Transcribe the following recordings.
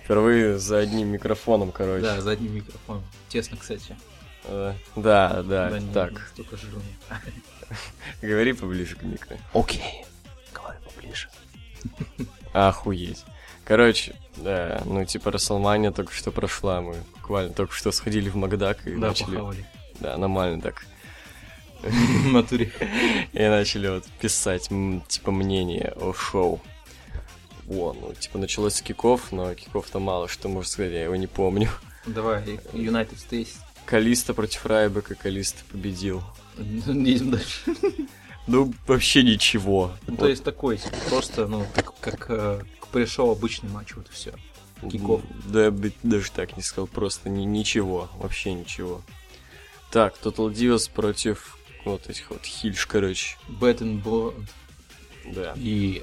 Впервые за одним микрофоном, короче. Да, за одним микрофоном. Тесно, кстати. Да, так. Столько жирно. Говори поближе к микро. Окей. Говори поближе. Охуеть. Короче, да, Расселмания только что прошла, мы буквально только что сходили в Макдак и начали... похавали. Да, нормально так. В натуре. И начали писать, мнение о шоу. Началось с киков, но киков-то мало, что можно сказать, я его не помню. Давай, United States. Калиста против Райбека, Калиста победил. Едем дальше. Вообще ничего. То есть такой, просто, как пришел обычный матч, вот и все. Киков. Да, я бы даже так не сказал, просто ничего, вообще ничего. Так, Total Divas против вот этих вот Хильш, короче. Bad and Blonde. Да. И...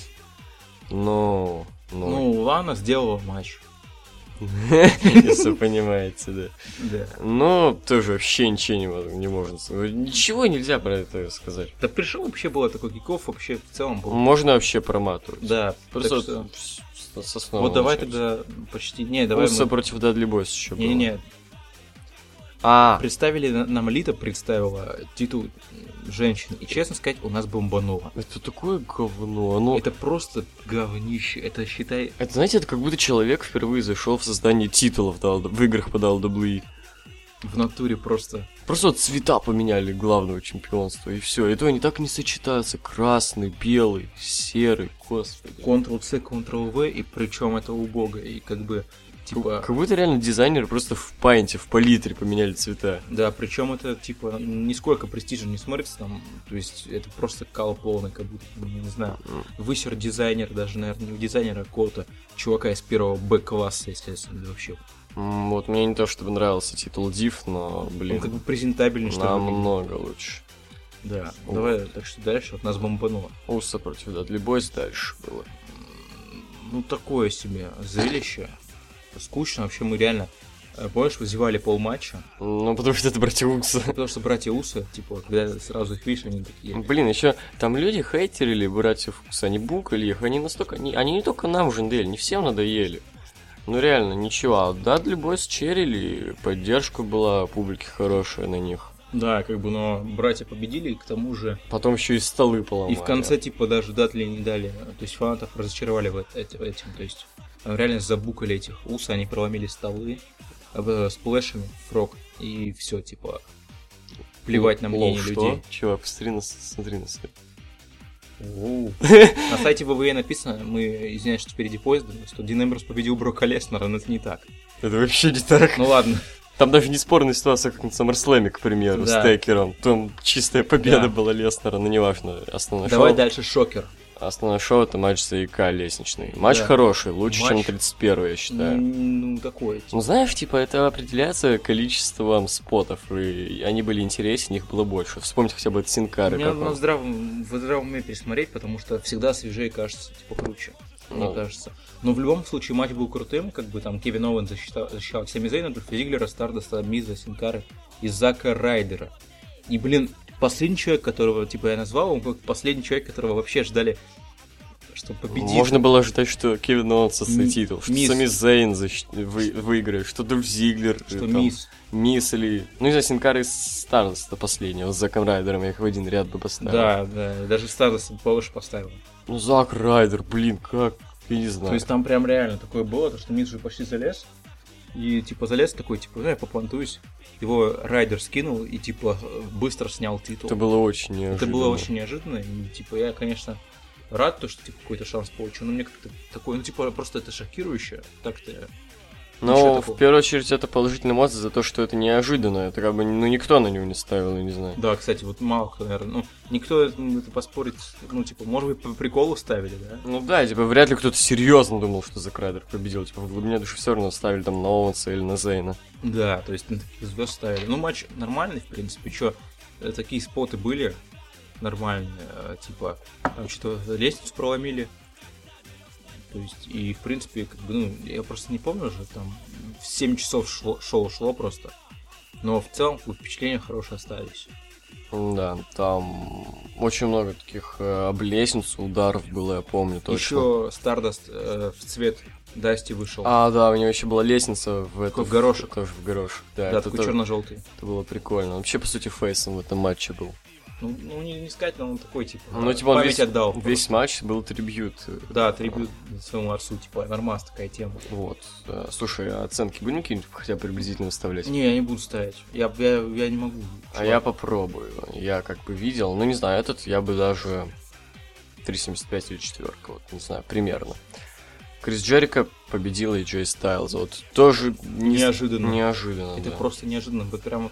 Лана сделала матч. Если вы понимаете, да. Но тоже вообще ничего не можно сказать. Ничего нельзя про это сказать. Да пришел вообще было такой киков, вообще в целом был. Можно вообще проматывать. Да, просто что... с основы. Вот давай тогда почти... Не, давай Уса против Дадли Бойс еще было. Не. Представили, нам Лита представила титул женщин. И, честно сказать, у нас бомбануло. Это такое говно. Это просто говнище. Это, считай... Это, знаете, это как будто человек впервые зашел в создание титулов в играх по WWE. В натуре просто... Просто вот цвета поменяли главного чемпионства, и все. И то они так не сочетаются. Красный, белый, серый, господи. Ctrl-C, Ctrl-V, и причем это убого. И как бы... Как будто реально дизайнеры просто в паинте, в палитре поменяли цвета. Да, причем это, нисколько престижно не смотрится там, то есть это просто кал полный, как будто, не знаю, высер дизайнер, даже, наверное, не дизайнера, а какого-то чувака из первого Б-класса, естественно, да вообще. Вот мне не то, чтобы нравился титул Div, но, блин, он как бы презентабельный, что ли. Намного лучше. Да, давай, так что дальше, вот нас бомбануло. Уса против Дадли Бойс дальше было. Такое себе зрелище. Скучно, вообще мы реально, помнишь, вызывали полматча? Потому что это братья Усы. Потому что братья Усы, когда сразу их видишь, они такие... Блин, еще там люди хейтерили братьев Усы, они букали их, они не только нам уже надоели, не всем надоели. Реально, ничего, а Дадли Бойс черили, поддержка была, публики хорошая на них. Да, но братья победили, и к тому же... Потом еще и столы поломали. И в конце, даже Дадли не дали, то есть фанатов разочаровали этим, то есть... Реально забукали этих Ус, они проломили столы сплэшами, фрог, и все, плевать на мнение людей. Чувак, смотри на сайт. На сайте ВВЕ написано, мы, извиняюсь, что впереди поезда, что Дин Эмброс победил Брока Леснера, но это не так. Это вообще не так. Ну ладно. Там даже не спорная ситуация, как на SummerSlam, к примеру, с Текером. Там чистая победа была Леснера, но неважно. Основное Давай шоу... дальше шокер. Основное шоу — это матч за ИК лестничный. Матч хороший, лучше, чем 31-й, я считаю. Такой. Знаешь, это определяется количеством спотов, и они были интереснее, их было больше. Вспомните хотя бы от Синкары. Мне надо в здравом уме пересмотреть, потому что всегда свежее кажется, круче. Мне кажется. Но в любом случае матч был крутым, там Кевин Оуэн защищал Сами Зейна, Дольфа Зиглера, Стардоста, Миза, Синкары и Зака Райдера. И, последний человек, которого, я назвал, он был последний человек, которого вообще ждали, что победит. Можно было ожидать, что Кевин Оуэнс свой титул, что Сами Зейн выиграет, что Дольф Зиглер, что Мисс или... не знаю, Синкары и Стардоста последнего, с Заком Райдером я их в один ряд бы поставил. Да, даже Стардоста повыше поставил. Зак Райдер, блин, как, я не знаю. То есть там прям реально такое было, что Мисс же почти залез, и залез такой, я попонтуюсь. Его Райдер скинул и, быстро снял титул. Это было очень неожиданно. И, я, конечно, рад, что, какой-то шанс получил, но мне как-то такое, просто это шокирующе. Так-то... Но, в первую очередь, это положительная эмоция за то, что это неожиданно. Это никто на него не ставил, я не знаю. Да, кстати, мало кто, наверное, никто это поспорить, может быть, по приколу ставили, да? Да, вряд ли кто-то серьезно думал, что Зак Райдер победил. В глубине души все равно ставили там на Оуэнса или на Зейна. Да, то есть на таких звезд ставили. Матч нормальный, в принципе, такие споты были нормальные, там что-то лестницу проломили. То есть, и в принципе, я просто не помню уже, там в 7 часов шоу шло просто. Но в целом впечатления хорошие остались. Да, там очень много таких об лестницу ударов было, я помню точно. Еще Стардаст в цвет Дасти вышел. А, да, у него еще была лестница в горошек. Тоже в горошек. Да, Да, такой черно-желтый. Это было прикольно. Он вообще, по сути, фейсом в этом матче был. Ну не сказать, но он такой, типа, ну, типа, он память отдал. Весь матч был трибьют. Да, трибьют своему отцу, типа, нормас такая тема. Вот. Слушай, а оценки будем какие-нибудь хотя бы приблизительно выставлять? Не, я не буду ставить. Я не могу. А я попробую. Я как бы видел, ну не знаю, этот я бы даже 3.75 или 4, вот, не знаю, примерно. Крис Джерико победил AJ Styles. Вот тоже неожиданно. Неожиданно. Это просто неожиданно. Вот прям вот,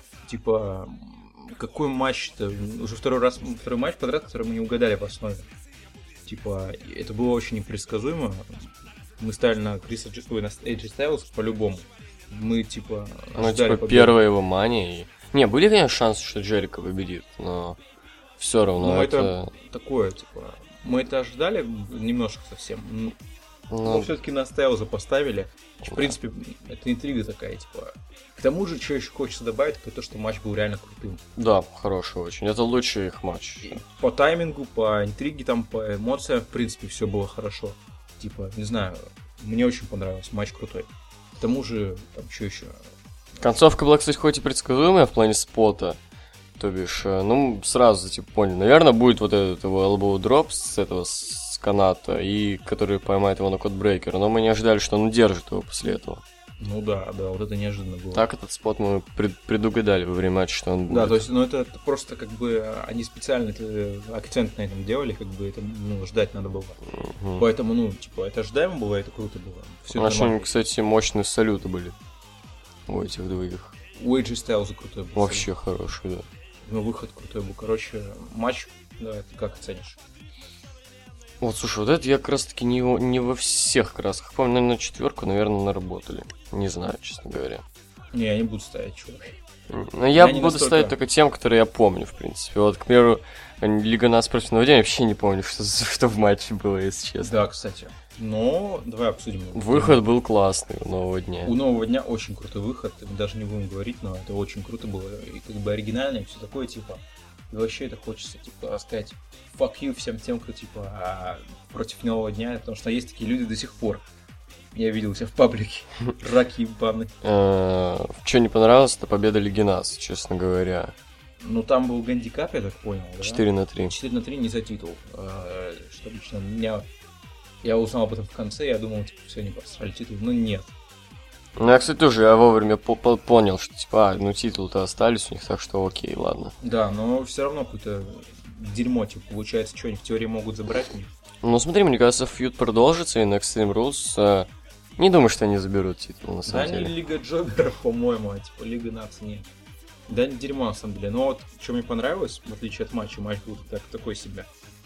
типа, какой матч-то? Уже второй матч подряд, который мы не угадали в основе. Типа, это было очень непредсказуемо. Мы ставили на Криса Джерико, на AJ Styles по-любому. Мы, типа, ожидали победы. Первая его мания. Не, были, конечно, шансы, что Джерико победит, но все равно это такое, типа, мы это ожидали немножко совсем. Но все-таки на Стайлза поставили. В принципе, это интрига такая, типа. К тому же, что еще хочется добавить, это то, что матч был реально крутым. Да, хороший очень. Это лучший их матч. И по таймингу, по интриге, там, по эмоциям, в принципе, все было хорошо. Типа, не знаю, мне очень понравился, матч крутой. К тому же, там, что еще? Концовка была, кстати, хоть и предсказуемая в плане спота. То бишь, ну, сразу, типа, понял. Наверное, будет вот этот его elbow drop с каната, и который поймает его на кодбрейкер. Но мы не ожидали, что он удержит его после этого. Ну да, вот это неожиданно было. Так этот спот мы предугадали во время матча, что он будет. Да, то есть, ну это просто как бы они специально акцент на этом делали, как бы это, ну, ждать надо было. Угу. Поэтому, ну, типа, это ожидаемо было, это круто было. Все очень, кстати, мощные салюты были у этих двоих. У AJ Styles крутой был. Вообще хороший, да. Ну, выход крутой был. Короче, матч, да, ты как оценишь? Вот, слушай, вот это я как раз таки не во всех красках. Помню, наверное, на 4, наверное, наработали. Не знаю, честно говоря. Не, я не буду ставить, чувак. Но я буду ставить только тем, которые я помню, в принципе. Вот, к примеру, Лига нас против Нового дня, я вообще не помню, что в матче было, если честно. Да, кстати. Но давай обсудим. Выход был классный у Нового дня. У Нового дня очень крутой выход. Мы даже не будем говорить, но это очень круто было. И как бы оригинально, и все такое, типа. И вообще это хочется, типа, сказать fuck you всем тем, кто, типа, против Нового дня, потому что есть такие люди до сих пор. Я видел себя в паблике. Раки ебаные. Что не понравилось, это победа Лиги Нас, честно говоря. Ну, там был гандикап, я так понял, да? 4-3. 4-3 не за титул. Что лично меня... Я узнал об этом в конце, я думал, типа, все, они просрали титул. Но нет. Ну, я, кстати, тоже вовремя понял, что, типа, ну, титул-то остались у них, так что окей, ладно. Да, но все равно какое-то дерьмо, типа, получается, что они в теории могут забрать у них. Ну, смотри, мне кажется, фьюд продолжится, и на Extreme Rules не думаю, что они заберут титул, на самом деле. Да, не Лига Джоберов, по-моему, а, типа, Лига Наций нет. Да, не дерьмо, на самом деле. Но вот, что мне понравилось, в отличие от матча, матч был такой себе.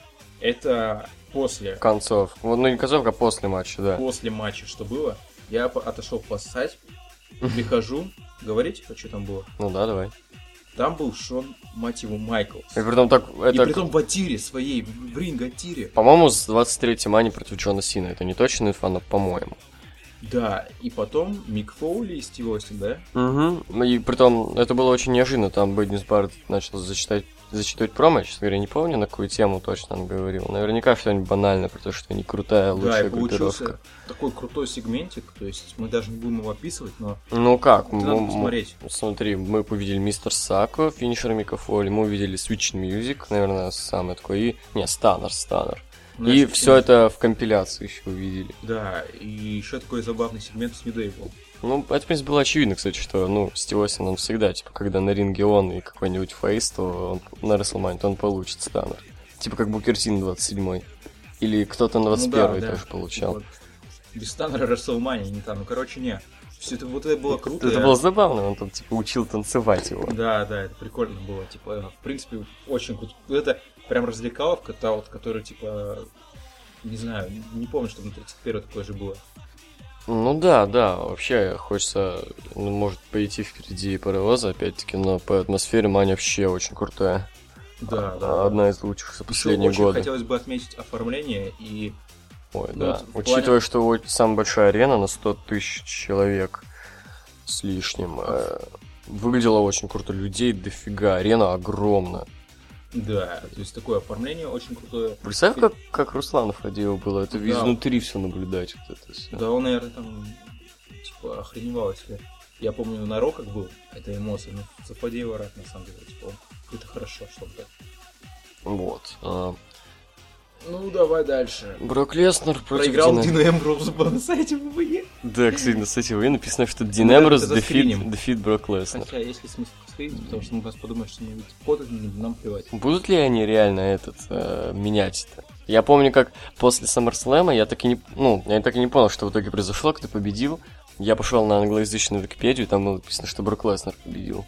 Это после... Концовка. Вот, ну, не концовка, а после матча, да. После матча, что было, я отошел поссать, прихожу, говорить, что там было? Ну да, давай. Там был Шон, мать его, Майклс. И притом так... И притом в атире своей, в ринг-атире. По-моему, с 23-й мани против Джона Сина. Это не точно инфа, но по-моему. Да, и потом Мик Фоули и Стив Остин, да? Угу. И притом, это было очень неожиданно. Там Бэднис Барретт начал зачитывать промо. Я, честно говоря, не помню, на какую тему точно он говорил. Наверняка что-нибудь банальное, потому что они крутая, лучшая группировка. Да, и получился такой крутой сегментик. То есть мы даже не будем его описывать, но... Ну как? Надо посмотреть. Смотри, мы увидели Мистер Сако, финишер Мика Фоули. Мы увидели Switch Music, наверное, самый такой. И... Не, Станнер. И все это в компиляции еще увидели. Да, и еще такой забавный сегмент с New Day был. Ну, это, в принципе, было очевидно, кстати, что, ну, Стив Остин, он всегда, типа, когда на ринге он и какой-нибудь фейс, то он, на WrestleMania, то он получит Станнер. Типа, как Букер Ти на 27-й. Или кто-то на 21-й тоже получал. Вот. Без Станнера WrestleMania не там, ну, короче, не. Все это, вот это было круто. Это было забавно, он там, типа, учил танцевать его. Да, это прикольно было, типа, в принципе, очень круто. Это прям развлекаловка, та вот, которая, типа, не знаю, не помню, что на 31-й такое же было. Ну да, вообще хочется, ну, может, пойти впереди паровоза, опять-таки, но по атмосфере Мания вообще очень крутая. Да. Одна из лучших за последние годы. Очень хотелось бы отметить оформление и... Ой, ну, да. Вот учитывая, что самая большая арена на 100 тысяч человек с лишним. Выглядело очень круто, людей дофига, арена огромная. Да, то есть такое оформление очень крутое. Представь, как Руслан Фадеев было, это изнутри все наблюдать. Вот это все. Да, он, наверное, там, типа, охреневал, если... Я помню, на Роках был, это эмоции, но за Фадеева рад, на самом деле, типа, это хорошо, что так. Вот. Ну, давай дальше. Брок Леснер против проиграл Дин Эмброуз на сайте ВВЕ. Да, кстати, на сайте ВВЕ написано, что Дин Эмброуз дефит Брок Леснер. Хотя, есть ли смысл скринить, потому что мы вас подумаем, что мы код, нам плевать. Будут ли они реально менять это? Я помню, как после SummerSlam я так и не понял, что в итоге произошло, кто победил. Я пошел на англоязычную Википедию, там было написано, что Брок Леснер победил.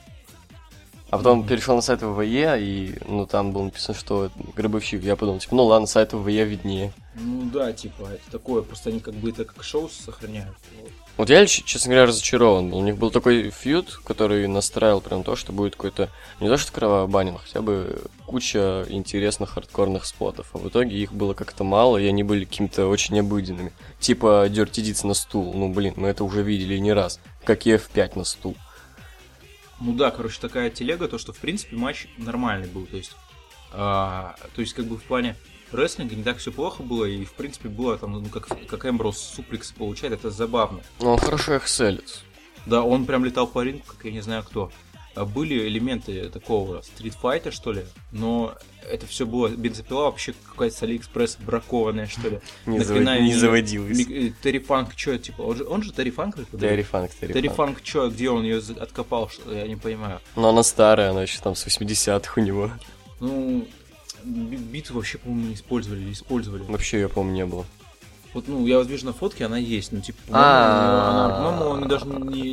А потом перешел на сайт ВВЕ, и там было написано, что Гробовщик. Я подумал, типа, ну ладно, сайт ВВЕ виднее. Ну да, типа, это такое, просто они как бы это как шоу сохраняют. Вот я, честно говоря, разочарован был. У них был такой фьюд, который настраивал прям то, что будет какой-то, не то что кровавый баннинг, хотя бы куча интересных хардкорных спотов. А в итоге их было как-то мало, и они были какими-то очень обыденными. Типа Dirty Deeds на стул. Ну, блин, мы это уже видели не раз. Как и F5 на стул. Ну да, короче, такая телега, то, что, в принципе, матч нормальный был. То есть как бы в плане рестлинга не так все плохо было, и, в принципе, было там, ну, как Эмброуз суплексы получает, это забавно. Ну, он хорошо их селит. Да, он прям летал по рингу, как я не знаю кто. Были элементы такого стритфайта, что ли, но это все было бензопила вообще какая-то с Алиэкспресс бракованная, что ли. Не заводилась. Терри Фанк, что, типа, он же Терри Фанк? Терри Фанк, что, где он ее откопал, я не понимаю. Но она старая, она еще там с 80-х у него. Ну, битву вообще, по-моему, не использовали. Вообще ее, по-моему, не было. Вот, ну, я вот вижу на фотке, она есть, ну, типа, по-моему, он даже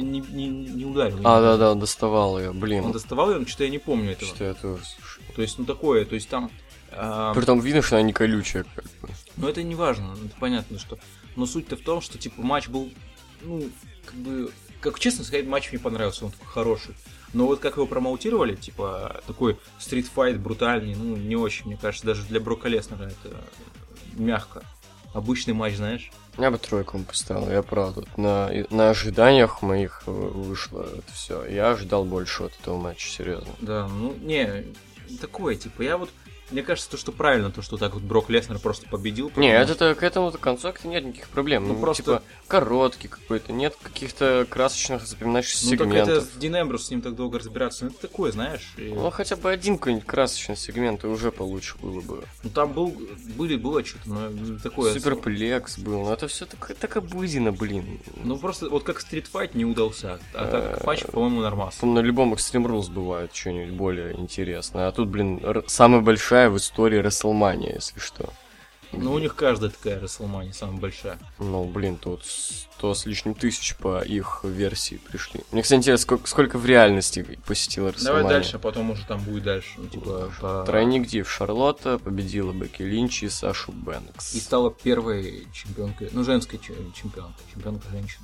не ударил. Да, он доставал ее, блин. Он доставал ее, но что-то я не помню этого. Что это? То есть, ну, такое, то есть там... Притом видно, что она не колючая, как бы. Ну, это не важно, это понятно, что... Но суть-то в том, что, типа, матч был, ну, как бы... Как честно сказать, матч мне понравился, он такой хороший. Но вот как его промоутировали, типа, такой стритфайт брутальный, ну, не очень, мне кажется, даже для Брока Леснера это мягко. Обычный матч, знаешь? Я бы тройку поставил, я правда. На ожиданиях моих вышло это все. Я ожидал больше от этого матча, серьезно. Да, ну, не, такое, типа, я вот... Мне кажется, то, что правильно, то, что так вот Брок Леснер просто победил. Не, это к этому концу нет никаких проблем. Ну, просто... Типа, короткий какой-то, нет каких-то красочных запоминающихся сегментов. Ну, так это Дин Эмброуз с ним так долго разбираться, ну, это такое, знаешь. Ну, хотя бы один какой-нибудь красочный сегмент, и уже получше было бы. Ну, там было что-то, но такое... Суперплекс был, но это все так обыденно, блин. Ну, просто вот как стритфайт не удался, а так матч, по-моему, нормально. Там на любом Extreme Rules бывает что-нибудь более интересное, а тут, блин, самая большая в истории WrestleMania, если что. Ну, у них каждая такая WrestleMania самая большая. Ну, блин, тут 100 с лишним тысяч по их версии пришли. Мне, кстати, интересно, сколько в реальности посетила WrestleMania. Давай дальше, а потом уже там будет дальше. Ну, типа, Тройник Див Шарлотта победила Бекки Линч и Сашу Бэнкс. И стала первой чемпионкой, ну, женской чемпионкой, чемпионка женщин.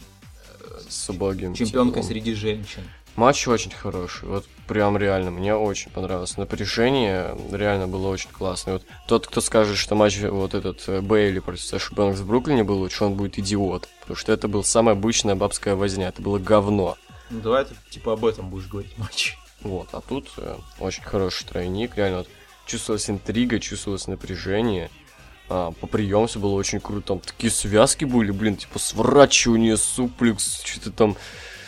С убогим чемпионкой среди женщин. Матч очень хороший, вот прям реально, мне очень понравилось. Напряжение реально было очень классное. Вот тот, кто скажет, что матч вот этот Бейли против Саши Бэнкс в Бруклине был лучше, он будет идиот. Потому что это была самая обычная бабская возня, это было говно. Ну давай ты типа об этом будешь говорить матч. Вот, а тут очень хороший тройник, реально вот, чувствовалась интрига, чувствовалось напряжение. По приему все было очень круто, там такие связки были, блин, типа сворачивание, суплекс, что-то там...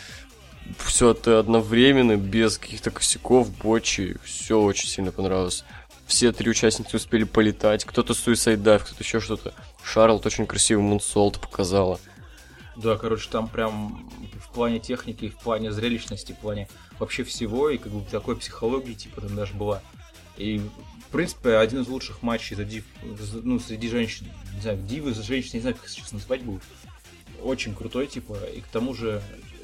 Все это одновременно, без каких-то косяков, бочи. Все очень сильно понравилось. Все три участницы успели полетать. Кто-то суисайд дайв, кто-то еще что-то. Шарлотт очень красивый мунсолт показала. Да, короче, там прям в плане техники, в плане зрелищности, в плане вообще всего, и как бы такой психологии, типа, там даже была. И, в принципе, один из лучших матчей за див, ну, среди женщин. Не знаю, дивы за женщин, не знаю, как сейчас назвать будет. Очень крутой, типа, и к тому же...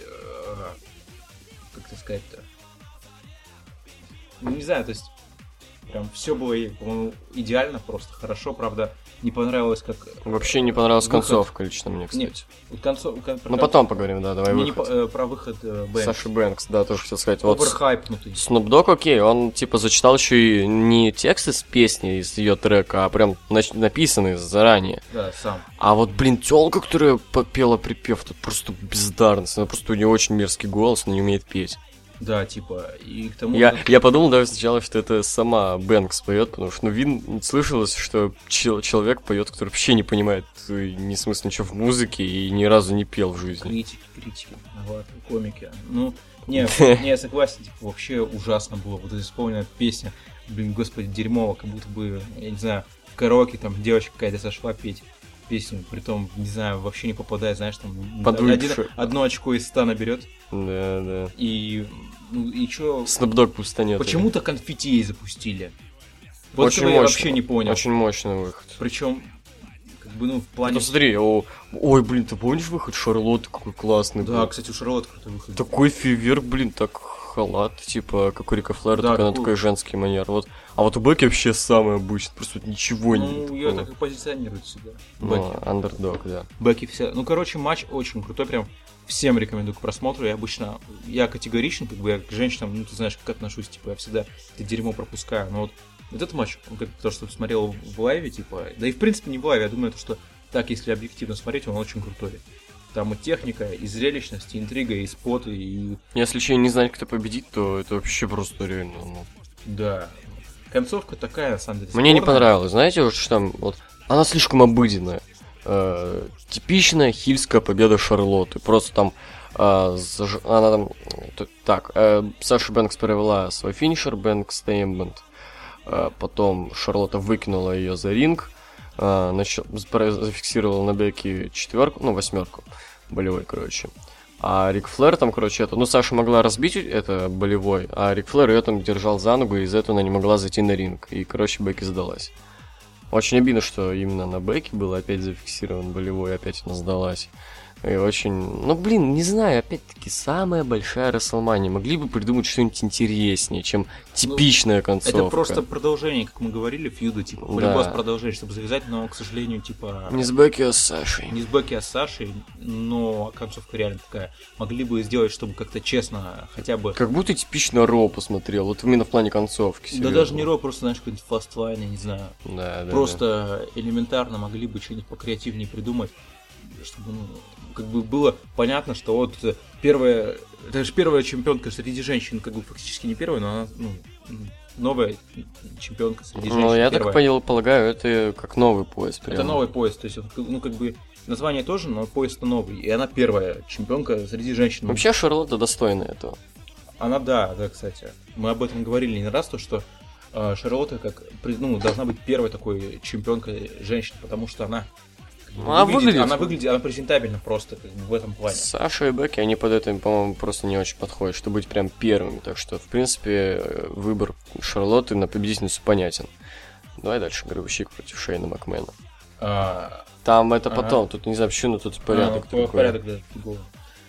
как это сказать-то? Ну, не знаю, то есть прям все было, по-моему, идеально, просто хорошо, правда, не понравилось, как... Вообще не понравилась концовка лично мне, кстати. Нет, ну, потом поговорим, да, давай мне выход. Про выход Бэнкс. Саши Бэнкс, да, тоже хотел сказать. Оверхайпнутый. Снуп Дог, окей, он, типа, зачитал еще и не тексты с песни из ее трека, а прям написанные заранее. Да, сам. А вот, блин, тёлка, которая пела припев, тут просто бездарность. Она просто у нее очень мерзкий голос, она не умеет петь. Да, типа, и к тому... Я подумал даже сначала, что это сама Бэнкс поет, потому что, слышалось, что человек поет, который вообще не понимает ни смысла ничего в музыке и ни разу не пел в жизни. Критики, комики. Ну, не, согласен, типа, вообще ужасно было. Вот исполненная песня, блин, господи, дерьмово, как будто бы, я не знаю, в караоке там девочка какая-то сошла петь песню, притом, не знаю, вообще не попадает, знаешь, там одно очко из 100 наберет. Да. И чё? Snoop Dogg пустанет. Почему-то конфетти ей запустили. Вот очень этого мощно, я вообще не понял. Очень мощный выход. Причем, как бы, в плане... Ну смотри, ой, блин, ты помнишь выход Шарлотты, какой классный был? Да, кстати, у Шарлотты крутой выход. Такой фейерверк, блин, так халат, типа, как у Рика Флэра, да, только на такой женский манер. Вот. А вот у Бекки вообще самый обычный, просто вот ничего не Ну, ее так и позиционируют всегда. Ну, андердог, да. Бекки вся... Ну, короче, матч очень крутой, прям всем рекомендую к просмотру. Я категоричен, как бы, я к женщинам, ну, ты знаешь, как отношусь, типа, я всегда это дерьмо пропускаю. Но вот этот матч, он как то, что смотрел в лайве, типа, да и в принципе не в лайве, я думаю, что так, если объективно смотреть, он очень крутой. Там и техника, и зрелищность, и интрига, и споты, и... Если еще не знать, кто победит, то это вообще просто реально, Да. Концовка такая, на самом деле, Мне не понравилось, знаете, вот что там, вот, она слишком обыденная. Типичная хильская победа Шарлотты. Просто там она там... Так, Саша Бэнкс провела свой финишер, Бэнкс Стейнбенд. Потом Шарлотта выкинула ее за ринг. Зафиксировала на Бекки 8 болевой, короче. А Рик Флэр там, короче, Саша могла разбить это болевой, а Рик Флэр ее там держал за ногу, и из-за этого она не могла зайти на ринг. И, короче, Бекки сдалась. Очень обидно, что именно на Бекки был опять зафиксирован болевой, опять она сдалась. И очень... не знаю, опять-таки, самая большая Расселмания. Могли бы придумать что-нибудь интереснее, чем типичная концовка. Это просто продолжение, как мы говорили, фьюда, типа, полюбас продолжение, чтобы завязать, но, к сожалению, типа... Не с Бекки, а с Сашей. Не с Бекки, а с Сашей, но концовка реально такая. Могли бы сделать, чтобы как-то честно, хотя бы... Как будто типично Ро посмотрел, вот именно в плане концовки. Серьезно. Да даже не Ро, просто, знаешь, какой-нибудь фастлайн, я не знаю. Да. Просто элементарно могли бы что-нибудь покреативнее придумать, чтобы, как бы было понятно, что вот первая, это же первая чемпионка среди женщин, как бы фактически не первая, но она, новая чемпионка среди женщин. Я так полагаю, это как новый пояс. Прямо. Это новый пояс, то есть, как бы название тоже, но пояс-то новый, и она первая чемпионка среди женщин. Вообще Шарлотта достойна этого. Она, да, кстати. Мы об этом говорили не раз, то, что Шарлотта должна быть первой такой чемпионкой женщин, потому что она она презентабельна просто как бы, в этом плане. Саша и Бекки, они под это, по-моему, просто не очень подходят, чтобы быть прям первыми. Так что, в принципе, выбор Шарлотты на победительницу понятен. Давай дальше, Гробовщик против Шейна Макмена. Там это потом, тут не знаю, почему, но тут порядок такой. Порядок, да, фиговый.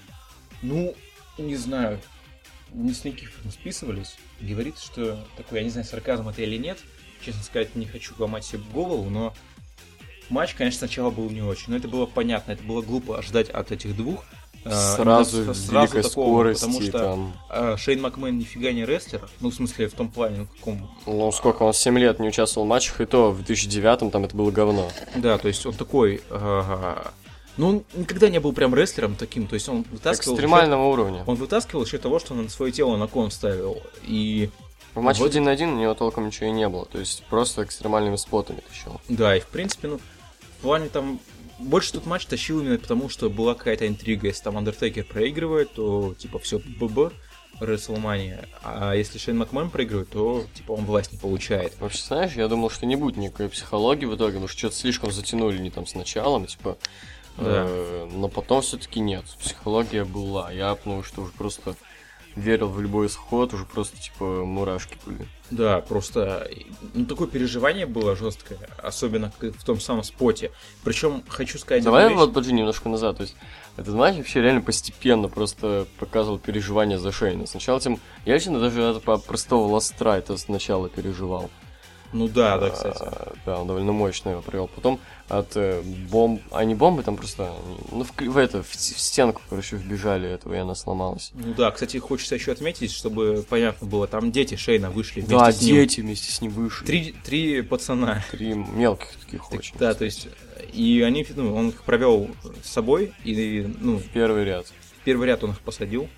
Не знаю. Мы с Никифором списывались. Говорит, что такой, я не знаю, сарказм это или нет. Честно сказать, не хочу ломать себе голову, но матч, конечно, сначала был не очень, но это было понятно, это было глупо ожидать от этих двух. Сразу великой такого, скорости. Потому что Шейн Макмен нифига не рестлер, в смысле, в том плане, в каком... сколько, он 7 лет не участвовал в матчах, и то в 2009-м там это было говно. Да, то есть он такой... он никогда не был прям рестлером таким, то есть он вытаскивал... Экстремального уровня. Он вытаскивал счет того, что он на свое тело на кон ставил, и... В матче 1 на 1 у него толком ничего и не было, то есть просто экстремальными спотами тащил. Да, и в принципе, в плане там... Больше тут матч тащил именно потому, что была какая-то интрига. Если там Undertaker проигрывает, то типа все ББ, WrestleMania. А если Шейн Макмен проигрывает, то типа он власть не получает. Вообще, знаешь, я думал, что не будет никакой психологии в итоге, потому что что-то слишком затянули не там с началом, типа. Да. Но потом все-таки нет. Психология была. Я потому что уже просто верил в любой исход, уже просто типа мурашки были. Да, просто такое переживание было жесткое, особенно в том самом споте. Причем хочу сказать... Давай подожди немножко назад, то есть этот матч вообще реально постепенно просто показывал переживание за Шейна. Сначала я лично даже по простого ластра это сначала переживал. Да, кстати. Да, он довольно мощно его провел. Потом от бомб... не бомбы, там просто... в стенку, короче, вбежали этого, и она сломалась. Кстати, хочется еще отметить, чтобы понятно было, там дети Шейна вышли вместе с ним. Да, дети вместе с ним вышли. Три пацана. 3 мелких таких очень. Да, то есть... И они, он их провел с собой, и, в первый ряд. В первый ряд он их посадил.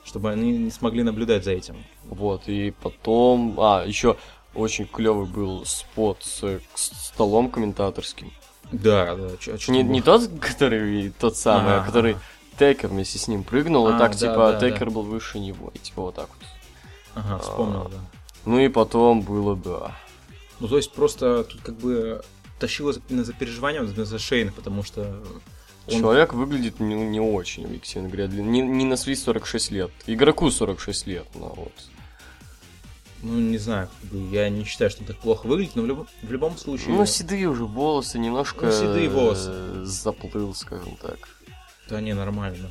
чтобы они не смогли наблюдать за этим. Вот, и потом... еще очень клевый был спот с столом комментаторским. Да. Не тот, который тот самый, а который Тейкер вместе с ним прыгнул, и так, Тейкер был выше него, и типа вот так вот. Ага, вспомнил, да. Ну и потом было, да. Ну, то есть просто тут как бы тащило именно за переживанием за Шейна, потому что... Человек выглядит не очень, объективно говоря. Не на свои 46 лет. Игроку 46 лет, но вот. Ну, не знаю, я не считаю, что он так плохо выглядит, но в любом случае... Ну, седые уже волосы, немножко седые волосы. Заплыл, скажем так. Да не, нормально.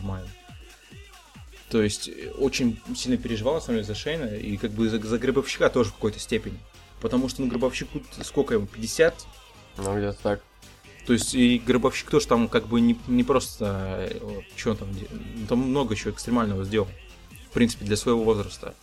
То есть, очень сильно переживал, на самом деле, за Шейна, и как бы за Гробовщика тоже в какой-то степени. Потому что, Гробовщику сколько ему, 50? Ну, где-то так. То есть, и Гробовщик тоже там как бы не просто... Что он там... Там много чего экстремального сделал. В принципе, для своего возраста.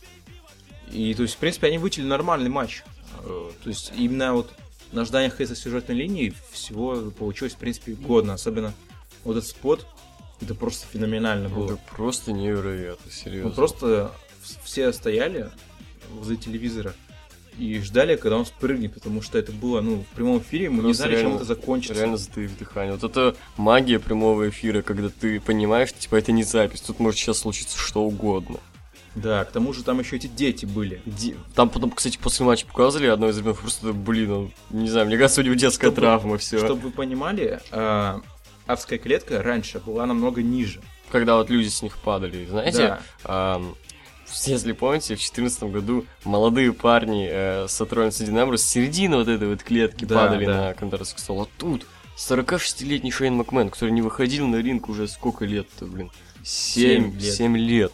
И, то есть, в принципе, они вытянули нормальный матч. То есть, именно вот на жданиях этой сюжетной линии всего получилось, в принципе, годно. Особенно вот этот спот, это просто феноменально было. Это просто невероятно, серьезно. Ну, просто все стояли возле телевизора и ждали, когда он спрыгнет, потому что это было, в прямом эфире, мы не знали, чем это закончится. Реально затаив дыхание. Вот это магия прямого эфира, когда ты понимаешь, типа, это не запись, тут может сейчас случиться что угодно. Да, к тому же там еще эти дети были. Там потом, кстати, после матча показывали одно из ребят, просто, не знаю, мне кажется, у него детская травма, все. Чтобы вы понимали, адская клетка раньше была намного ниже. Когда вот люди с них падали, знаете, если помните, в 2014 году молодые парни с Роллинс Динамбро с середины вот этой вот клетки падали на комментаторский стол. А тут 46-летний Шейн Макмен, который не выходил на ринг уже сколько лет-то, 7 лет.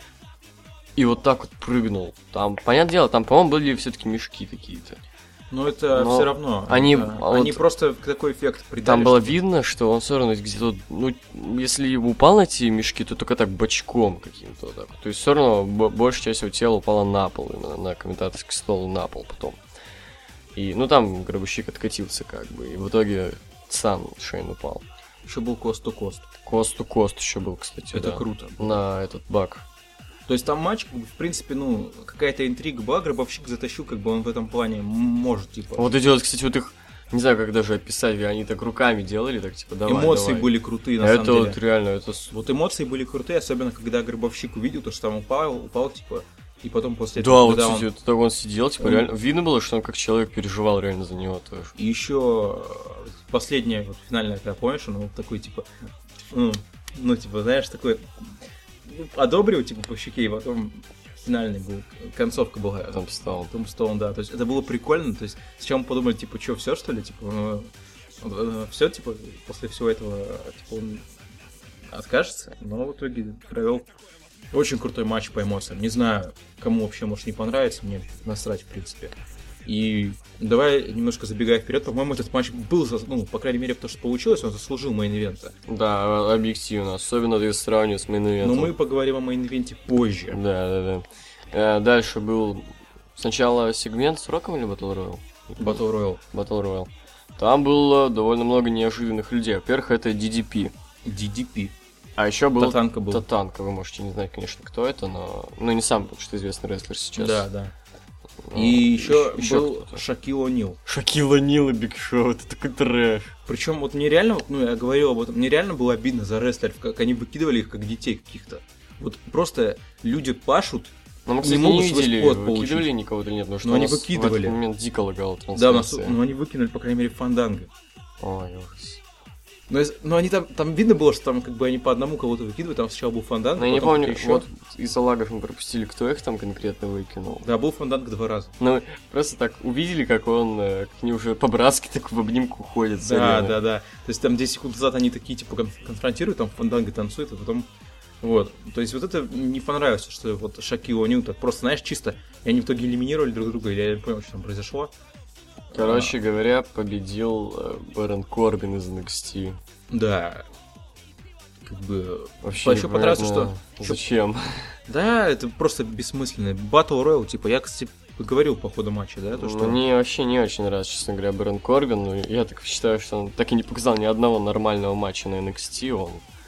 И вот так вот прыгнул. Там, понятное дело, там, по-моему, были все-таки мешки какие-то. Но это все равно. Они просто такой эффект придали. Там было видно, что он все равно где-то, если упал на эти мешки, то только так бочком каким-то. Вот так. То есть все равно большая часть его тела упала на пол, именно на комментаторский стол, на пол потом. И, там Гробовщик откатился как бы, и в итоге сам Шейн упал. Еще был кост-то-кост. Кост-то-кост еще был, кстати, это круто. На этот баг. То есть там матч, в принципе, какая-то интрига была, Гробовщик затащил, как бы он в этом плане может, типа... Вот эти вот, кстати, вот их, не знаю, как даже описать, они так руками делали, так типа, давай, эмоции были крутые, на самом деле. Это вот реально, Вот эмоции были крутые, особенно когда Гробовщик увидел, то, что там упал, типа, и потом после этого... Да, вот, кстати, вот так он сидел, типа, реально, видно было, что он как человек переживал реально за него тоже. И еще последняя, вот финальная, когда помнишь, он вот такой, типа, типа, знаешь, такой... одобрил, типа, по щеке, и потом финальный был, концовка была. Томстоун, да. То есть это было прикольно. То есть сначала мы подумали, типа, что, все, что ли? Типа, все, типа, после всего этого, типа, он откажется. Но в итоге провел очень крутой матч по эмоциям. Не знаю, кому вообще, может, не понравится, мне насрать, в принципе. И давай немножко забегая вперед, по-моему, этот матч был, по крайней мере, потому что получилось, он заслужил мейн-ивента. Да, объективно, особенно если сравнивать с мейн-ивентом. Но мы поговорим о мейн-ивенте позже. Да. Дальше был сначала сегмент с Роком или Battle Royale? Battle Royale. Там было довольно много неожиданных людей. Во-первых, это DDP. А еще был Татанка. Вы можете не знать, конечно, кто это, но не самый, потому что известный рестлер сейчас. Да. И еще был Шакил О'Нил. Шакил О'Нил и Биг Шоу, это такой трэш. Причем вот мне реально, я говорил об этом, мне реально было обидно за рестлеров, как они выкидывали их как детей каких-то. Вот просто люди пашут, но мы, кстати, не видели, выкидывали никого или нет, потому что они выкидывали. В этот момент дико лагала трансляция. Да, но они выкинули, по крайней мере, Фанданго. Ой, ужас. Но они там видно было, что там как бы они по одному кого-то выкидывают, там сначала был Фанданго, но я не помню, еще. Вот из-за лагов мы пропустили, кто их там конкретно выкинул. Да, был Фанданго 2 раза. Ну, просто так увидели, как он, как они уже по-братски так в обнимку ходят. Да. То есть там 10 секунд назад они такие, типа, конфронтируют, там Фанданго танцует, а потом... Вот. То есть вот это не понравилось, что вот Шакил О'Нил так просто, знаешь, чисто, и они в итоге элиминировали друг друга, или я не понял, что там произошло. Короче говоря, победил Бэрон Корбин из NXT. Да. Как бы... Вообще еще понравится, что... Зачем? Да, это просто бессмысленно. Battle Royale, типа, я, кстати, говорил по ходу матча, да? Мне вообще не очень нравится, честно говоря, Бэрон Корбин. Но я так считаю, что он так и не показал ни одного нормального матча на NXT. Он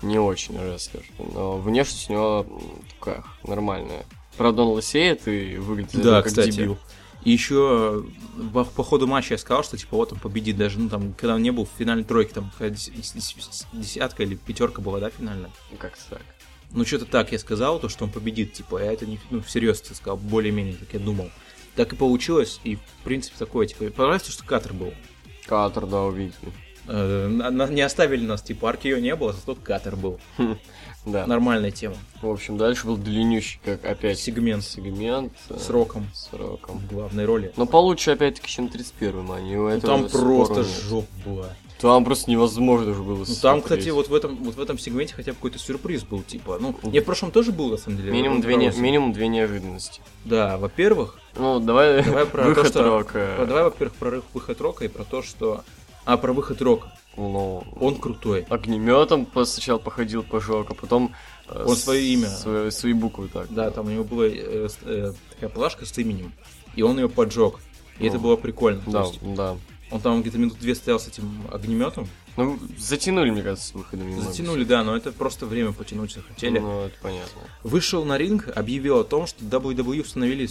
не очень рестлер, но внешность у него такая нормальная. Правда, он лысеет и выглядит как кстати. дебил. И еще по ходу матча я сказал, что типа вот он победит даже, ну там, когда он не был в финальной тройке, там десятка или пятерка была, да, финальная? Как-то так. Ну, что-то так я сказал, то, что он победит, типа, я это не всерьез сказал, более-менее, как я думал. Так и получилось, и, в принципе, такое, типа, понравилось, что Катер был. Катер, да, увидели. Не оставили нас, типа, Аркио не было, зато Катер был. Да. Нормальная тема. В общем, дальше был длиннющий, как опять Сегмент. С Роком. В главной роли. Но получше, опять-таки, чем 31-й Мани. Ну, там просто жопа была. Там просто невозможно уже было. Ну, там, кстати, вот в этом сегменте хотя бы какой-то сюрприз был, типа. Ну, не в прошлом тоже был, на самом деле. Минимум две неожиданности. Да, во-первых. Ну, давай про выход Рока. Давай, во-первых, про выход Рока и про то, что. Про выход Рока. Ну, он крутой. Огнеметом сначала походил, пожег, а потом он свое имя. Свои буквы так. Да, там у него была такая плашка с именем, и он ее поджег. И это было прикольно. Да, да. Он там где-то минут 2 стоял с этим огнеметом. Ну, затянули, мне кажется, с выходом. Затянули, да, но это просто время потянуть захотели. Ну, это понятно. Вышел на ринг, объявил о том, что WWE установили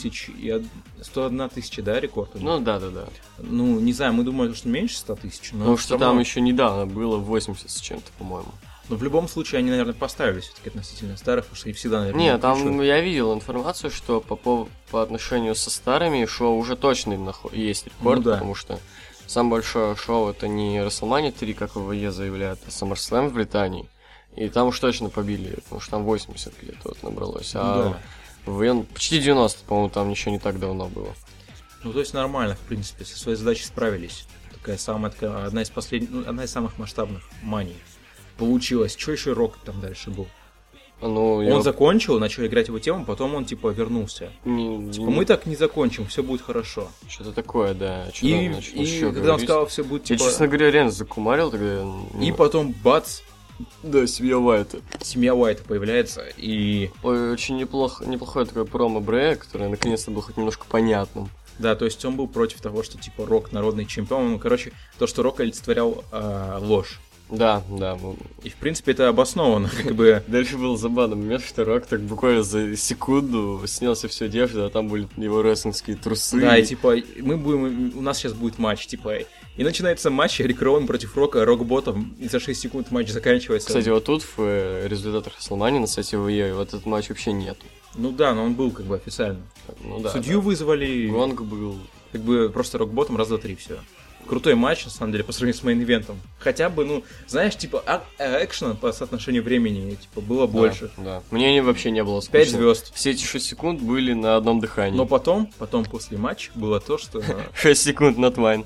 101 тысяча, да, рекорд? Ну, да. Ну, не знаю, мы думали, что меньше 100 тысяч. Потому что там еще недавно было 80 с чем-то, по-моему. Но в любом случае они, наверное, поставили все-таки относительно старых, потому что и всегда, наверное, нет, там пишут. Я видел информацию, что по отношению со старыми шоу уже точно есть рекорд, ну, да. Потому что самое большое шоу это не WrestleMania 3, как ВВЕ заявляет, а SummerSlam в Британии. И там уж точно побили, потому что там 80 где-то вот набралось. А ВВЕ почти 90, по-моему, там ничего не так давно было. Ну, то есть нормально, в принципе, со своей задачей справились. Одна из самых масштабных маний. Получилось. Что еще Рок там дальше был? Он закончил, начал играть его тему, потом он типа вернулся. Мы так не закончим, все будет хорошо. Что-то такое, да. И когда он сказал, все будет типа. Я, честно говоря, реально закумарил тогда. И потом бац. Да, семья Уайта появляется и. Очень неплохое такое промо-бре, которое наконец-то было хоть немножко понятным. Да, то есть он был против того, что типа Рок народный чемпион. Ну, короче, то, что Рок олицетворял ложь. Да. И, в принципе, это обосновано, как бы... Дальше был забавный момент, что Рок так буквально за секунду снялся всю одежду, а там были его рестлингские трусы. Да, и типа, у нас сейчас будет матч, типа... И начинается матч Рик Роуэн против Рока, Рок-ботом, и за 6 секунд матч заканчивается. Кстати, вот тут в результатах WrestleMania на сайте ВЕ вот этот матч вообще нету. Ну да, но он был как бы официально. Судью вызвали... Гонг был. Как бы просто Рок-ботом раз, два, три, все. Крутой матч, на самом деле, по сравнению с мейн-ивентом. Хотя бы, ну, знаешь, типа, экшена по соотношению времени, типа, было больше. Да. Мне вообще не было скучно. 5 звезд. Все эти 6 секунд были на одном дыхании. Но потом после матча было то, что... 6 секунд not mine.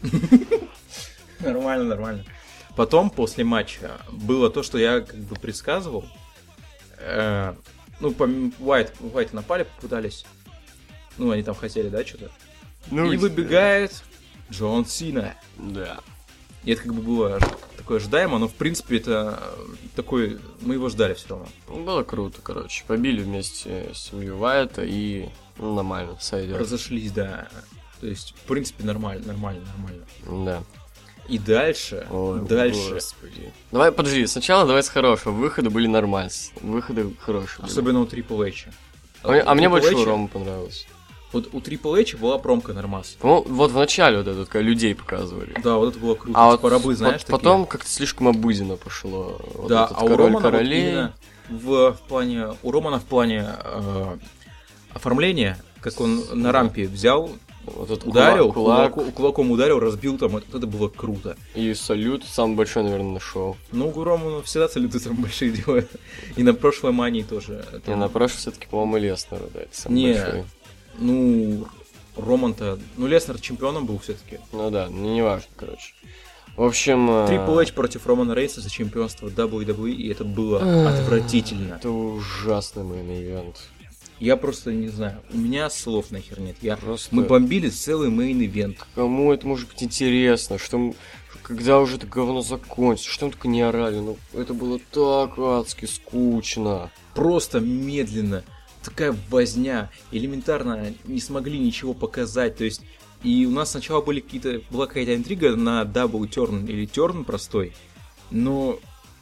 Нормально. Потом, после матча, было то, что я как бы предсказывал. Уайт напали, попытались. Ну, они там хотели, да, что-то. И выбегает Джон Сина. Да. И это как бы было такое ожидаемо, но в принципе это такой... Мы его ждали все равно. Было круто, короче. Побили вместе с Уайта и нормально сойдет. Разошлись, да. То есть, в принципе, нормально. Да. И дальше. Господи. Подожди, сначала давай с хорошего. Выходы были нормальные. Выходы хорошие. Особенно у Triple H. Мне больше у Рома понравилось. Вот у Triple H была промка нормас. Вот в начале вот это, когда людей показывали. Да, вот это было круто. А типа рабы, знаешь, потом такие. как-то слишком обыденно пошло. Да, а у Романа королей... в плане оформления, как он на рампе взял, вот этот ударил, кулаком ударил, разбил там, вот это было круто. И салют самый большой, наверное, на шоу. Ну, у Романа всегда салюты самые большие делают. И на прошлой мании тоже. Не, на прошлой все-таки, по-моему, Леснер, да, это самый большой. Ну, Роман-то... Ну, Леснер чемпионом был все-таки. Ну да, не важно, короче. В общем... Triple H против Романа Рейнса за чемпионство WWE, и это было отвратительно. Это ужасный мейн-ивент. Я просто не знаю, у меня слов нахер нет. Мы бомбили целый мейн-ивент. Кому это может быть интересно? Когда уже это говно закончится? Что мы только не орали? Ну, это было так адски скучно. Просто медленно. Такая возня, элементарно не смогли ничего показать, то есть, и у нас сначала была какая-то интрига на дабл терн или терн простой, но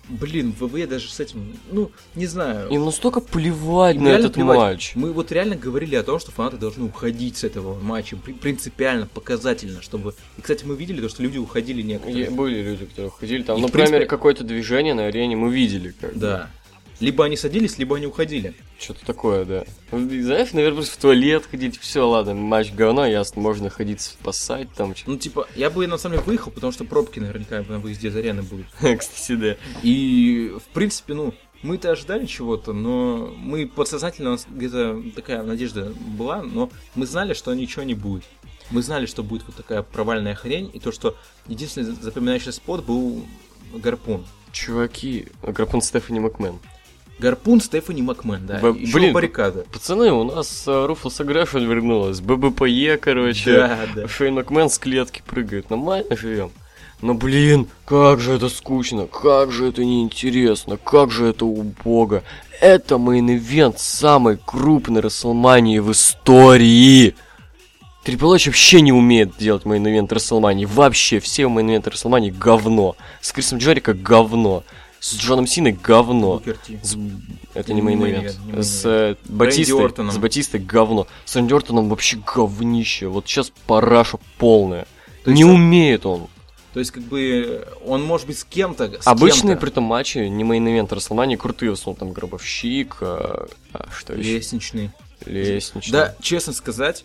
блин, ВВЕ даже с этим, ну, не знаю. Им настолько плевать Им на реально этот плевать. матч. Мы вот реально говорили о том, что фанаты должны уходить с этого матча. Принципиально, показательно, чтобы... И, кстати, мы видели то, что люди уходили некоторые. Были люди, которые уходили там. И, Ну, в принципе, например, какое-то движение на арене мы видели. Как бы. Да. Либо они садились, либо они уходили. Что-то такое, да. И, знаешь, наверное, просто в туалет ходить, все, ладно, матч говно, ясно, можно ходить спасать там. Ну, типа, я бы на самом деле выехал, потому что пробки наверняка на выезде из арены будут. Кстати, да. И, в принципе, ну, мы-то ожидали чего-то, но мы подсознательно, у нас где-то такая надежда была, но мы знали, что ничего не будет. Мы знали, что будет вот такая провальная хрень, и то, что единственный запоминающий спот был гарпун. Чуваки, Гарпун Стефани Макмен. Гарпун Стефани Макмен, да. Еще Блин, баррикада. Пацаны, у нас Руфус Агрэшн вернулась, ББПЕ, короче, Да. Шейн Макмен с клетки прыгает, нормально живем. Но, блин, как же это скучно, как же это неинтересно, как же это убого. Это мейн-ивент самой крупной Расселмании в истории. Triple H вообще не умеет делать мейн-ивент Расселмании, вообще, все мейн-ивенты Расселмании говно. С Крисом Джерико говно. С Джоном Синой говно. Это не мейн-ивент. С Батистой говно. С Рэнди Ортоном вообще говнище. Вот сейчас параша полная. Не умеет он. То есть, как бы, он может быть с кем-то. Обычные при этом матчи, не мейн-ивент Расселмании, крутые, в основном там Гробовщик, что еще? Лестничный. Да, честно сказать,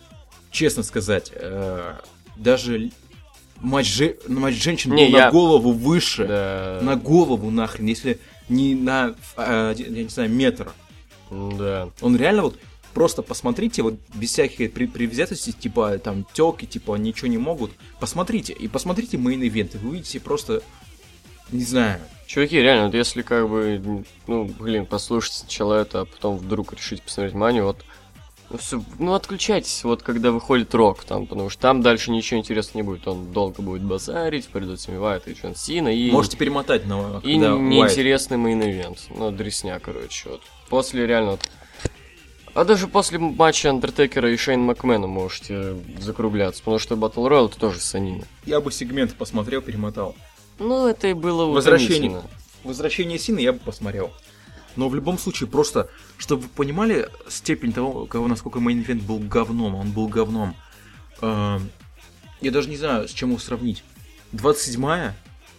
даже матч женщин был на голову выше, да. На голову нахрен, если не на, я не знаю, метр. Да. Он реально вот, просто посмотрите, вот без всяких привзятостей, типа там тёлки, типа ничего не могут, посмотрите мейн-ивент, и вы увидите просто, не знаю. Чуваки, реально, вот если как бы, послушать сначала это, а потом вдруг решить посмотреть Манию, вот, отключайтесь, вот, когда выходит Рок, там, потому что там дальше ничего интересного не будет, он долго будет базарить, придут Сами Вайт и Джон Сина, и... Можете перемотать на... И неинтересный мейн-ивент, дресня, короче, вот. После, реально, вот... А даже после матча Андертекера и Шейн Макмена можете закругляться, потому что Battle Royale это тоже санина. Я бы сегмент посмотрел, перемотал. Ну, это и было утомительно. Возвращение Сины я бы посмотрел. Но в любом случае, просто, чтобы вы понимали степень того, насколько мейн-ивент был говном, он был говном. Я даже не знаю, с чем его сравнить. 27-я?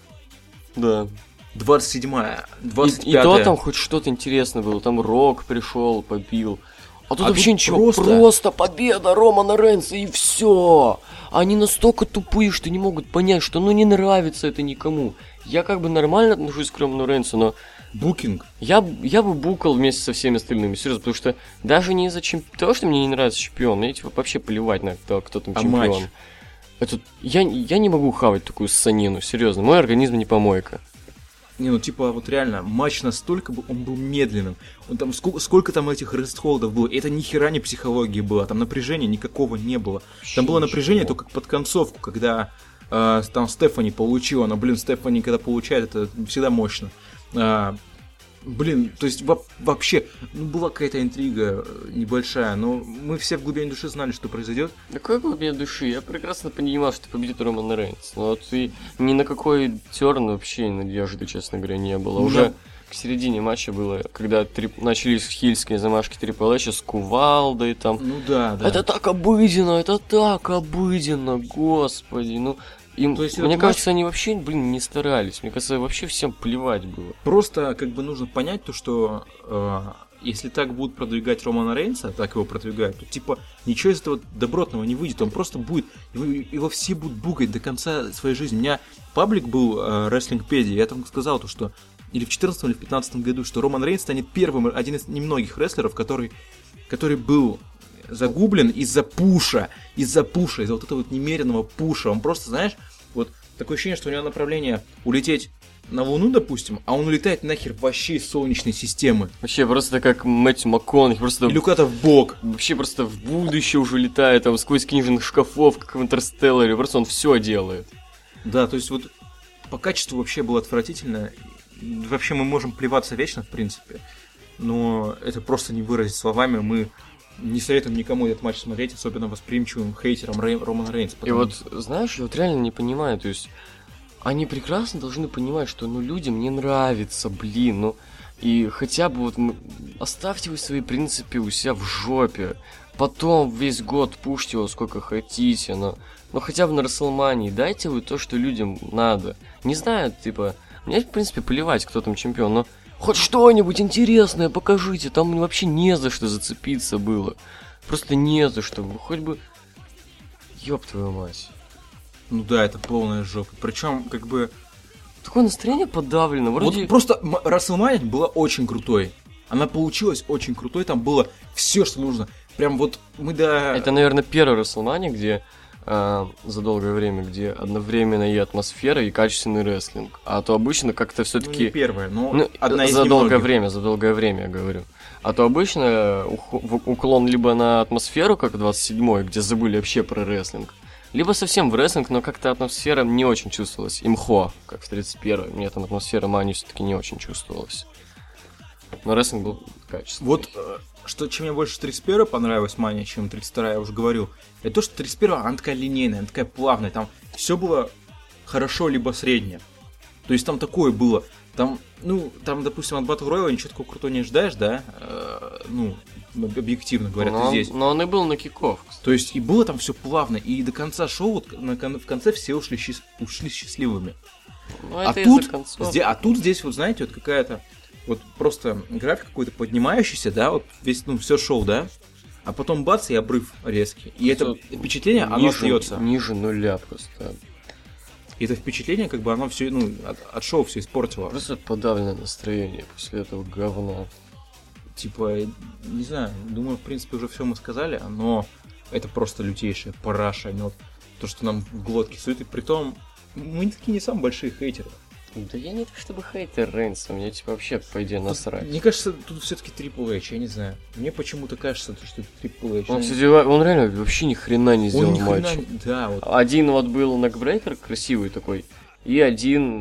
Да. 27-я, 25-я. И то там хоть что-то интересное было, там Рок пришел, побил. А тут вообще ничего, просто победа Романа Рейнса и все. Они настолько тупые, что не могут понять, что не нравится это никому. Я как бы нормально отношусь к Роману Рейнсу, но... Букинг. Я бы букал вместе со всеми остальными, серьезно, потому что даже не из-за того, что мне не нравится чемпион, мне вообще плевать на кто там чемпион. Это, я не могу хавать такую ссанину, серьезно, мой организм не помойка. Не, вот реально, матч настолько он был медленным. Он там сколько там этих рестхолдов было. И это ни хера не психология была. Там напряжения никакого не было. Там было напряжение только под концовку, когда там Стефани получила. Но, Стефани, когда получает, это всегда мощно. То есть вообще, была какая-то интрига небольшая, но мы все в глубине души знали, что произойдет. Да какой глубине души? Я прекрасно понимал, что победит Роман Рейнс. Но вот и ни на какой терн вообще надежды, честно говоря, не было. Уже к середине матча было, когда начались хильские замашки Triple H с кувалдой там. Да. Это так обыденно, господи, То есть, мне кажется, они вообще, не старались. Мне кажется, вообще всем плевать было. Просто, нужно понять то, что если так будут продвигать Романа Рейнса, так его продвигают, то, ничего из этого добротного не выйдет. Он просто будет, его все будут бугать до конца своей жизни. У меня паблик был Wrestlingpedia, я там сказал то, что или в 2014 или в 2015 году, что Роман Рейнс станет один из немногих рестлеров, который был загублен из-за пуша, из-за вот этого немеренного пуша. Он просто, знаешь, вот такое ощущение, что у него направление улететь на Луну, допустим, а он улетает нахер вообще из Солнечной системы. Вообще просто как Мэтью МакКонахи, просто... Или куда-то в бок. Вообще просто в будущее уже летает, там, сквозь книжных шкафов, как в Интерстелларе, просто он все делает. Да, то есть вот по качеству вообще было отвратительно. Вообще мы можем плеваться вечно, в принципе, но это просто не выразить словами. Мы не советуем никому этот матч смотреть, особенно восприимчивым хейтерам Романа Рейнса. И вот, знаешь, я вот реально не понимаю, то есть они прекрасно должны понимать, что, ну, людям не нравится, блин, ну, и хотя бы вот оставьте вы свои принципы у себя в жопе, потом весь год пушьте его сколько хотите, но хотя бы на Расселмании дайте вы то, что людям надо. Не знаю, типа, мне, в принципе, плевать, кто там чемпион, но хоть что-нибудь интересное покажите, там вообще не за что зацепиться было. Просто не за что, хоть бы... Ёб твою мать. Ну да, это полная жопа. Причем, как бы... Такое настроение подавлено, вроде... Вот просто Расселмания была очень крутой. Она получилась очень крутой, там было все, что нужно. Прям вот мы до... Это, наверное, первая Расселмания, где за долгое время, где одновременно и атмосфера, и качественный рестлинг. А то обычно как-то все-таки... Ну, не первая, но одна из за немногих. за долгое время, я говорю. А то обычно уклон либо на атмосферу, как в 27-й, где забыли вообще про рестлинг, либо совсем в рестлинг, но как-то атмосфера не очень чувствовалась. Имхо, как в 31-й. Мне там атмосфера Мании все-таки не очень чувствовалась. Но рестлинг был качественный. Вот, чем мне больше 31-я понравилась Мания, чем 32-я, я уже говорил, это то, что 31-я, она такая линейная, она такая плавная, там все было хорошо, либо среднее. То есть там такое было. Там, допустим, от Battle Royale ничего такого крутого не ожидаешь, да? Объективно говоря, ты здесь. Но он и был на киков. То есть и было там все плавно, и до конца шоу, в конце все ушли счастливыми. Ну, это из-за концов. А тут здесь, вот знаете, вот какая-то, вот просто график какой-то поднимающийся, да, вот весь, все шоу, да? А потом бац, и обрыв резкий. И это впечатление, оно остается. Ниже нуля просто. И это впечатление, как бы оно все, от шоу все испортило. Просто подавленное настроение после этого говна. Типа, не знаю, думаю, в принципе, уже все мы сказали, но это просто лютейшая параша. То, что нам в глотке сует, и притом мы такие не самые большие хейтеры. Да я не то чтобы хейтер Рейнса, мне типа вообще, по идее, насрать. Мне кажется, тут все-таки Triple H, я не знаю. Мне почему-то кажется, что это Triple H. Он, кстати, он реально вообще ни хрена не сделал в матче. Да, вот. Один вот был некбрейкер красивый такой, и один,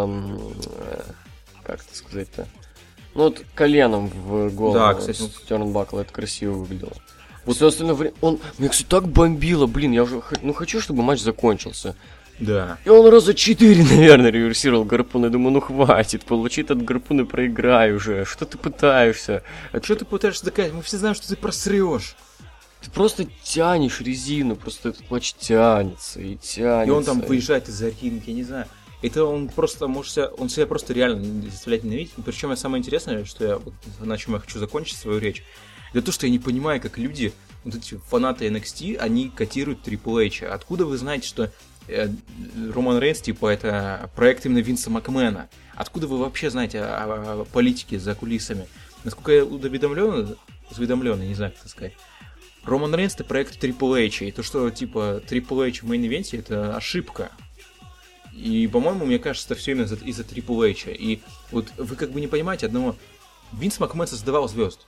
как это сказать-то, ну вот коленом в голову, да, кстати, Тернбакл, это красиво выглядело. Вот все остальное время, меня, кстати, так бомбило, блин, я уже, хочу, чтобы матч закончился. Да. И он раза 4, наверное, реверсировал гарпун. Я думаю, хватит, получи этот гарпун и проиграй уже. Что ты пытаешься? Что ты пытаешься доказать? Мы все знаем, что ты просрешь. Ты просто тянешь резину, просто этот матч тянется и тянется. И он там выезжает из-за ринга, я не знаю. Это он просто, он себя просто реально заставляет ненавидеть. Причем самое интересное, что на чем я хочу закончить свою речь, это то, что я не понимаю, как люди, вот эти фанаты NXT, они котируют Triple H. Откуда вы знаете, что Роман Рейнс, типа, это проект именно Винса Макмена? Откуда вы вообще знаете о политике за кулисами? Насколько я осведомленный, не знаю, как это сказать. Роман Рейнс — это проект Triple H, и то, что, типа, Triple H в мейн-ивенте — это ошибка. И, по-моему, мне кажется, это все именно из-за Triple H. И вот вы как бы не понимаете одного. Винс Макмен создавал звезд.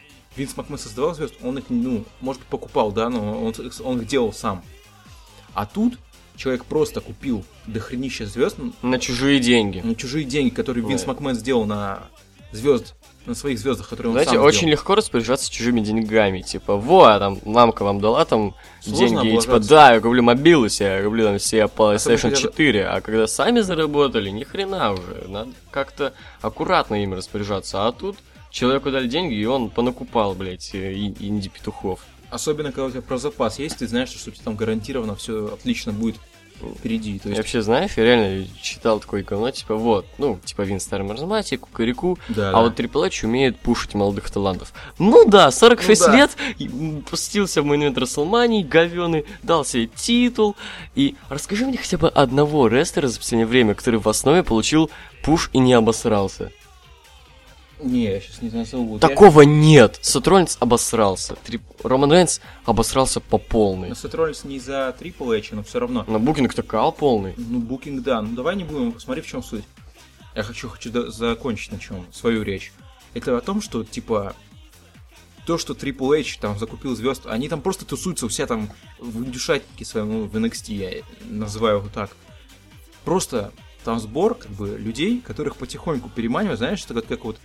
Он их, может быть, покупал, да, но он их делал сам. А тут человек просто купил дохренища звезд. На чужие деньги. Которые Винс Макмен сделал на своих звездах, которые он сам сделал. Знаете, очень легко распоряжаться чужими деньгами. Типа, там, мамка вам дала там деньги, и типа, да, я куплю мобилу себе, я куплю там себе PlayStation 4, а когда сами заработали, ни хрена уже. Надо как-то аккуратно ими распоряжаться. А тут человеку дали деньги, и он понакупал, блядь, инди-петухов. Особенно, когда у тебя про запас есть, ты знаешь, что у тебя там гарантированно все отлично будет впереди. То есть... Я вообще, знаешь, я реально читал такое говно, типа, Винс старый маразматик, кукареку, вот Triple H умеет пушить молодых талантов. 46 лет, пустился в мейн-ивент Расселмании, говёный, дал себе титул, и расскажи мне хотя бы одного рестлера за последнее время, который в основе получил пуш и не обосрался. Не, я сейчас не назову. Такого нет. Сет Роллинс обосрался. Роман Рейнс обосрался по полной. Но Сет Роллинс не из-за Triple H, но все равно. Но букинг-то кал полный. Букинг, да. Давай не будем, посмотри, в чем суть. Я хочу закончить на чем свою речь. Это о том, что, типа, то, что Triple H там закупил звезд, они там просто тусуются у себя там в индюшатнике своем, в NXT, я называю его так. Просто там сбор, как бы, людей, которых потихоньку переманивают, знаешь, это как вот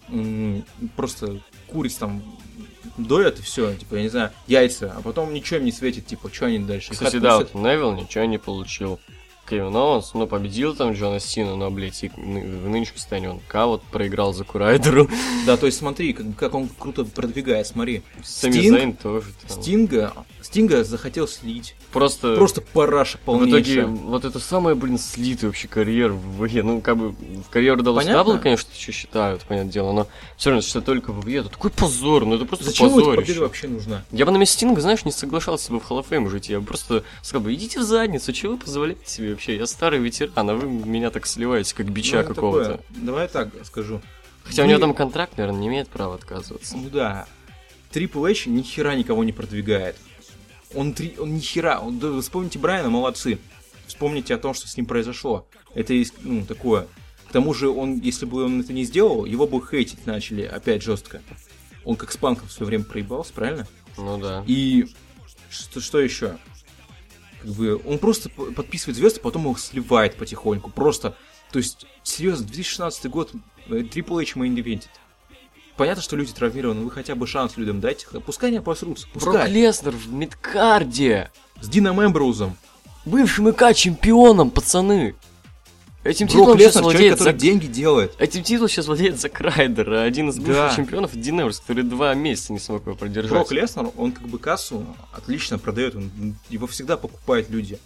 просто куриц там доят и все, типа, я не знаю, яйца, а потом ничего им не светит, типа, что они дальше? Кстати, да, вот Невилл ничего не получил. Кевин Оуэнс, ну, победил там Джона Сину, но, блядь, и в нынешнем состоянии он вот проиграл Заку Райдеру. Да, то есть смотри, как он круто продвигает, смотри. Сами Зейн тоже. Там. Стинга захотел слить. Просто параша полнейшая. В итоге, вот это самая, слитая вообще карьера в ВВЕ. Ну, как бы, в карьеру Даллас Cowboys, конечно, еще считают, понятное дело, но все равно, что только в ВВЕ, это такой позор, ну это просто зачем позорище. Зачем эта победа вообще нужна? Я бы на месте Стинга, знаешь, не соглашался бы в Hall of Fame жить, я бы просто сказал бы, идите в задницу, чего вы позволяете себе вообще? Я старый ветеран, а вы меня так сливаете, как бича какого-то. Такое, давай так скажу. Хотя у него там контракт, наверное, не имеет права отказываться. Ну да. Трипл Эйч ни хера никого не продвигает. Он ни хера. Вспомните Брайана, молодцы. Вспомните о том, что с ним произошло. Это такое. К тому же, если бы он это не сделал, его бы хейтить начали опять жестко. Он как с Панком в свое время проебался, правильно? Ну да. И что еще? Как бы он просто подписывает звезды, потом их сливает потихоньку. Просто. То есть, серьезно, 2016 год, Triple H мейн-ивентит. Понятно, что люди травмированы, вы хотя бы шанс людям дайте. Пускай они обосрутся. Брок Леснер в мидкарде. С Дином Эмброузом. Бывшим ИК-чемпионом, пацаны. Этим Брок титулом Леснер, сейчас владеет который деньги делает. Этим титулом сейчас владеет Зак Райдер, один из бывших чемпионов Дин Эмброуз, который 2 месяца не смог его продержать. Брок Леснер, он как бы кассу отлично продает, его всегда покупают люди.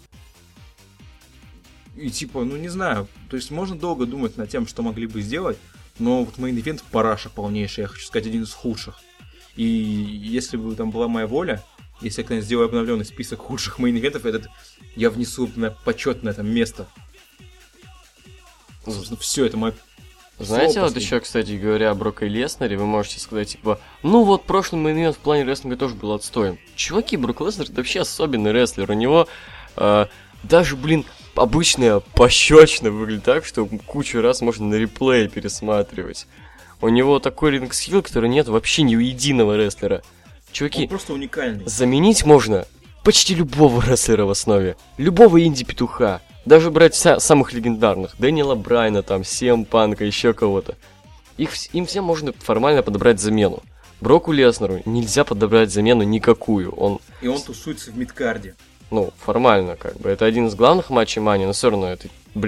И не знаю, то есть можно долго думать над тем, что могли бы сделать, но вот мейн-ивент параша полнейший, я хочу сказать, один из худших. И если бы там была моя воля, если я когда-нибудь сделаю обновленный список худших мейн-ивентов, я внесу на почетное там место. Собственно, все, это мое... Знаете, вот еще, кстати говоря, о Броке Леснере, вы можете сказать, ну вот прошлый мейн-ивент в плане рестлинга тоже был отстоем. Чуваки, Брок Леснер это вообще особенный рестлер, у него даже, обычная пощечина выглядит так, что кучу раз можно на реплее пересматривать. У него такой ринг-скилл, который нет вообще ни у единого рестлера. Чуваки, он просто уникальный. Заменить можно почти любого рестлера в основе. Любого инди-петуха. Даже брать самых легендарных. Дэниела Брайна, там, CM Панка, еще кого-то. Им всем можно формально подобрать замену. Броку Леснеру нельзя подобрать замену никакую. И он тусуется в мидкарде. Ну, формально, как бы. Это один из главных матчей Мани, но все равно это,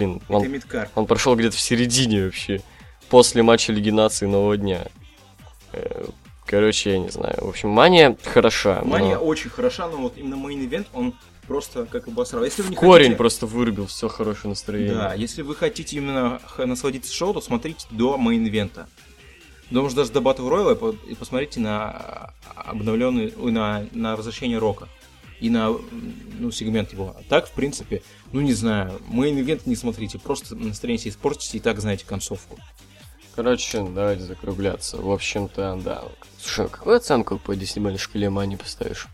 он прошел где-то в середине вообще. После матча Лиги Наций Нового дня. Короче, я не знаю. В общем, Мания хороша. Мания очень хороша, но вот именно мейн-ивент, он просто как обосрал. Если вы не корень хотите... просто вырубил все хорошее настроение. Да, если вы хотите именно насладиться шоу, то смотрите до мейн-ивента. Может, даже до Battle Royale и посмотрите на обновленный, на возвращение Рока. И на сегмент его. А так, в принципе, не знаю, мейн-ивент не смотрите, просто настроение себе испортите и так знаете концовку. Короче, давайте закругляться. В общем-то, да. Слушай, какую оценку по 10-бальной шкале Мани поставишь?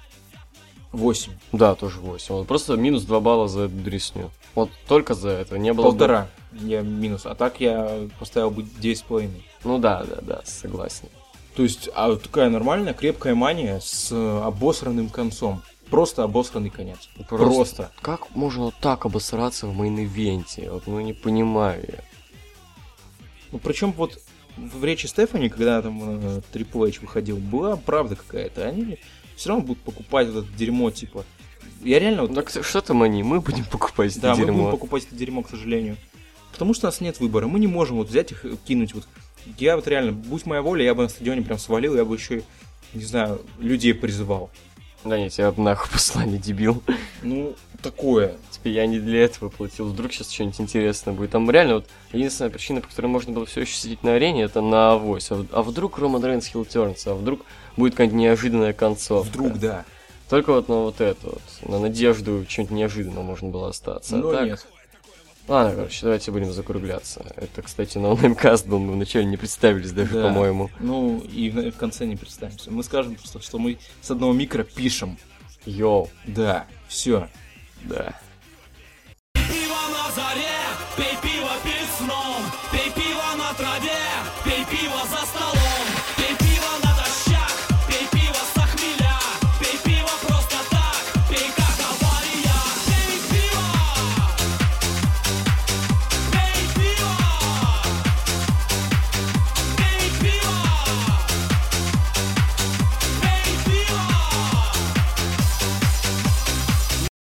8. Да, тоже 8. Вот просто минус 2 балла за эту дресню. Вот только за это. Не было 1,5 я минус. А так я поставил бы 9,5. Ну да, согласен. То есть, такая нормальная, крепкая Мания с обосранным концом. Просто обосранный конец. Просто. Как можно так обосраться в мейн-ивенте? Вот, не понимаю я. Причем вот в речи Стефани, когда там Triple H выходил, была правда какая-то. Они все равно будут покупать это дерьмо, типа. Я реально... Так что там они? Мы будем покупать это дерьмо. Да, мы будем покупать это дерьмо, к сожалению. Потому что у нас нет выбора. Мы не можем взять их, кинуть. Я реально, будь моя воля, я бы на стадионе прям свалил, я бы еще, не знаю, людей призывал. Да нет, тебя бы нахуй послали, дебил. Такое. Типа я не для этого платил, вдруг сейчас что-нибудь интересное будет. Там реально единственная причина, по которой можно было все еще сидеть на арене, это на авось. А вдруг Роман Рейнс хилтернется, а вдруг будет какая-нибудь неожиданная концовка. Вдруг, да. Только на надежду что-нибудь неожиданного можно было остаться. Но так... нет. Ладно, короче, давайте будем закругляться. Это, кстати, ноунеймкаст был, мы вначале не представились даже, по-моему. И в конце не представимся. Мы скажем просто, что мы с одного микро пишем. Йоу. Да, все. Да. Пиво на заре, пей пиво,